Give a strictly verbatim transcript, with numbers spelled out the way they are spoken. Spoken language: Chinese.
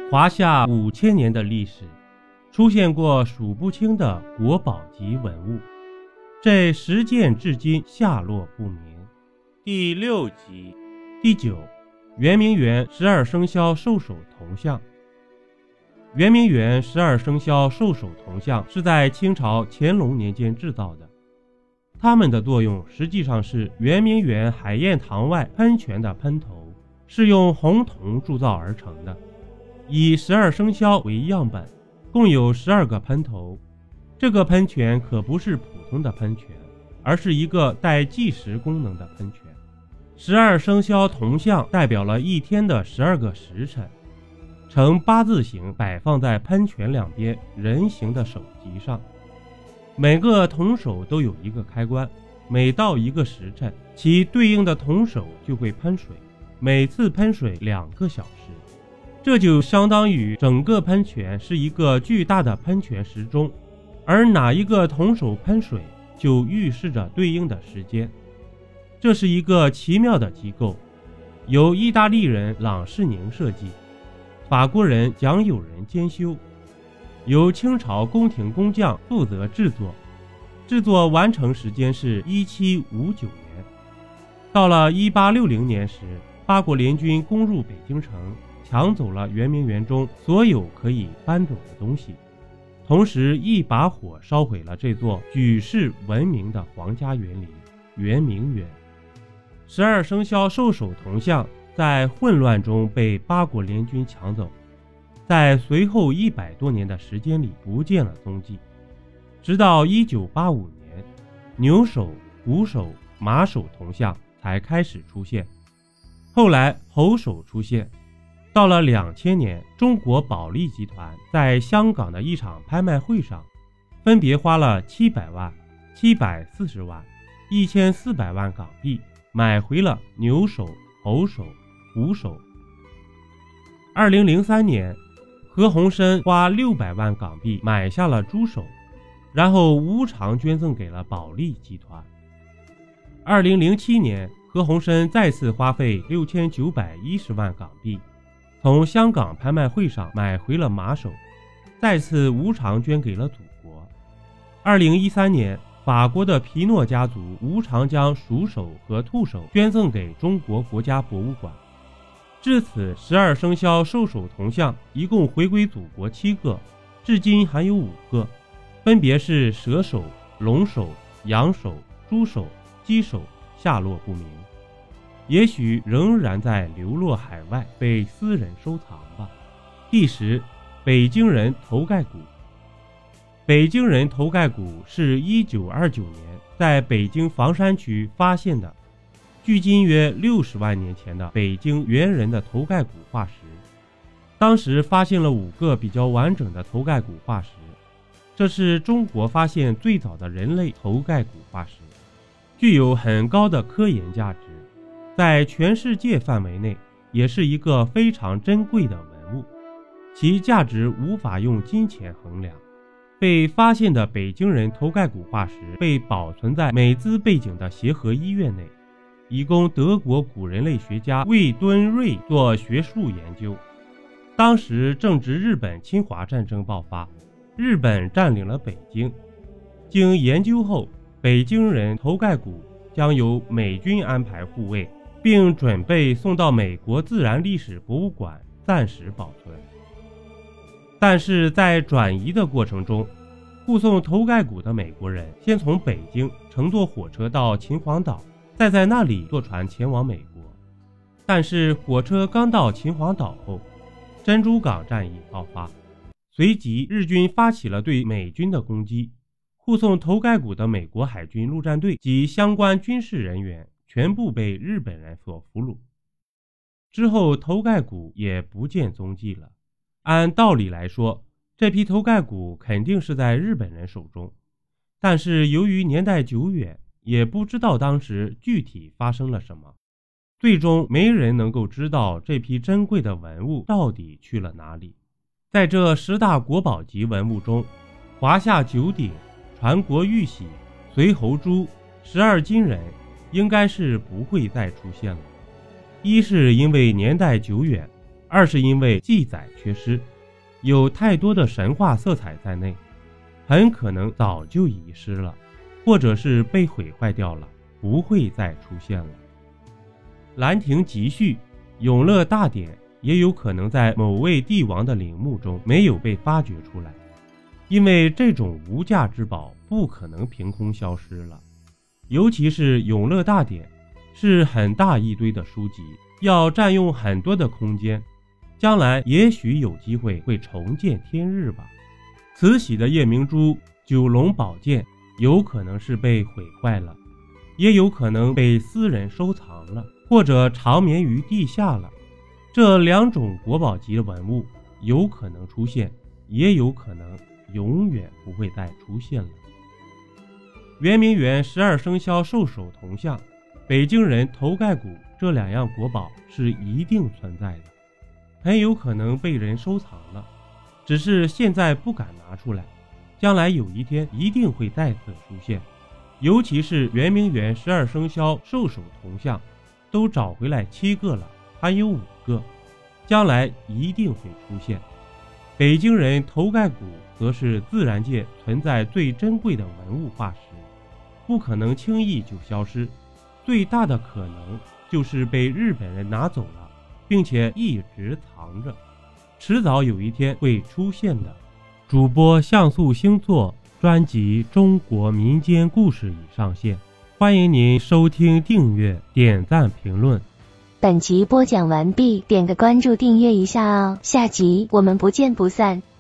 华夏五千年的历史，出现过数不清的国宝级文物，这十件至今下落不明。第六集，第九，圆明园十二生肖兽首铜像。圆明园十二生肖兽首铜像是在清朝乾隆年间制造的，它们的作用实际上是圆明园海晏堂外喷泉的喷头是用红铜铸造而成的，以十二生肖为样本，共有十二个喷头。这个喷泉可不是普通的喷泉，而是一个带计时功能的喷泉。十二生肖铜像代表了一天的十二个时辰，呈八字形摆放在喷泉两边人形的手级上。每个铜手都有一个开关，每到一个时辰，其对应的铜手就会喷水，每次喷水两个小时。这就相当于整个喷泉是一个巨大的喷泉时钟，而哪一个铜手喷水就预示着对应的时间。这是一个奇妙的机构，由意大利人朗世宁设计，法国人蒋友仁监修，由清朝宫廷工匠负责制作，制作完成时间是一七五九年。到了一八六零年时，八国联军攻入北京城，抢走了圆明园中所有可以搬走的东西，同时一把火烧毁了这座举世闻名的皇家园林圆明园。十二生肖兽首铜像在混乱中被八国联军抢走，在随后一百多年的时间里不见了踪迹，直到一九八五年，牛首、虎首、马首铜像才开始出现，后来猴首出现。到了两千年，中国保利集团在香港的一场拍卖会上，分别花了七百万、七百四十万、一千四百万港币买回了牛首、猴首、虎首。二零零三年，何鸿燊花六百万港币买下了猪首，然后无偿捐赠给了保利集团。二零零七年，何鸿燊再次花费六千九百一十万港币从香港拍卖会上买回了马首，再次无偿捐给了祖国。二零一三年，法国的皮诺家族无偿将鼠首和兔首捐赠给中国国家博物馆。至此，十二生肖兽首铜像一共回归祖国七个，至今还有五个，分别是蛇首、龙首、羊首、猪首、鸡首，下落不明，也许仍然在流落海外，被私人收藏吧。第十，北京人头盖骨。北京人头盖骨是一九二九年在北京房山区发现的，距今约六十万年前的北京猿人的头盖骨化石。当时发现了五个比较完整的头盖骨化石，这是中国发现最早的人类头盖骨化石，具有很高的科研价值，在全世界范围内也是一个非常珍贵的文物，其价值无法用金钱衡量。被发现的北京人头盖骨化石被保存在美兹贝景的协和医院内，以供德国古人类学家魏敦瑞做学术研究。当时正值日本侵华战争爆发，日本占领了北京。经研究后，北京人头盖骨将由美军安排护卫，并准备送到美国自然历史博物馆暂时保存。但是在转移的过程中，护送头盖骨的美国人先从北京乘坐火车到秦皇岛，再在那里坐船前往美国。但是火车刚到秦皇岛后，珍珠港战役爆发，随即日军发起了对美军的攻击，护送头盖骨的美国海军陆战队及相关军事人员全部被日本人所俘虏。之后头盖骨也不见踪迹了。按道理来说，这批头盖骨肯定是在日本人手中，但是由于年代久远，也不知道当时具体发生了什么，最终没人能够知道这批珍贵的文物到底去了哪里。在这十大国宝级文物中，华夏九鼎、传国玉玺、随侯珠、十二金人应该是不会再出现了。一是因为年代久远， 二是因为记载缺失，有太多的神话色彩在内，很可能早就遗失了，或者是被毁坏掉了，不会再出现了。兰亭集序、永乐大典也有可能在某位帝王的陵墓中没有被发掘出来，因为这种无价之宝不可能凭空消失了。尤其是永乐大典是很大一堆的书籍，要占用很多的空间，将来也许有机会会重见天日吧。慈禧的夜明珠、九龙宝剑有可能是被毁坏了，也有可能被私人收藏了，或者长眠于地下了。这两种国宝级的文物有可能出现，也有可能永远不会再出现了。圆明园十二生肖兽首铜像、北京人头盖骨这两样国宝是一定存在的，很有可能被人收藏了，只是现在不敢拿出来，将来有一天一定会再次出现。尤其是圆明园十二生肖兽首铜像都找回来七个了，还有五个，将来一定会出现。北京人头盖骨则是自然界存在最珍贵的文物化石，不可能轻易就消失，最大的可能就是被日本人拿走了，并且一直藏着，迟早有一天会出现的。主播像素星座专辑《中国民间故事》已上线，欢迎您收听、订阅、点赞、评论。 本集播讲完毕，点个关注订阅一下哦，下集我们不见不散。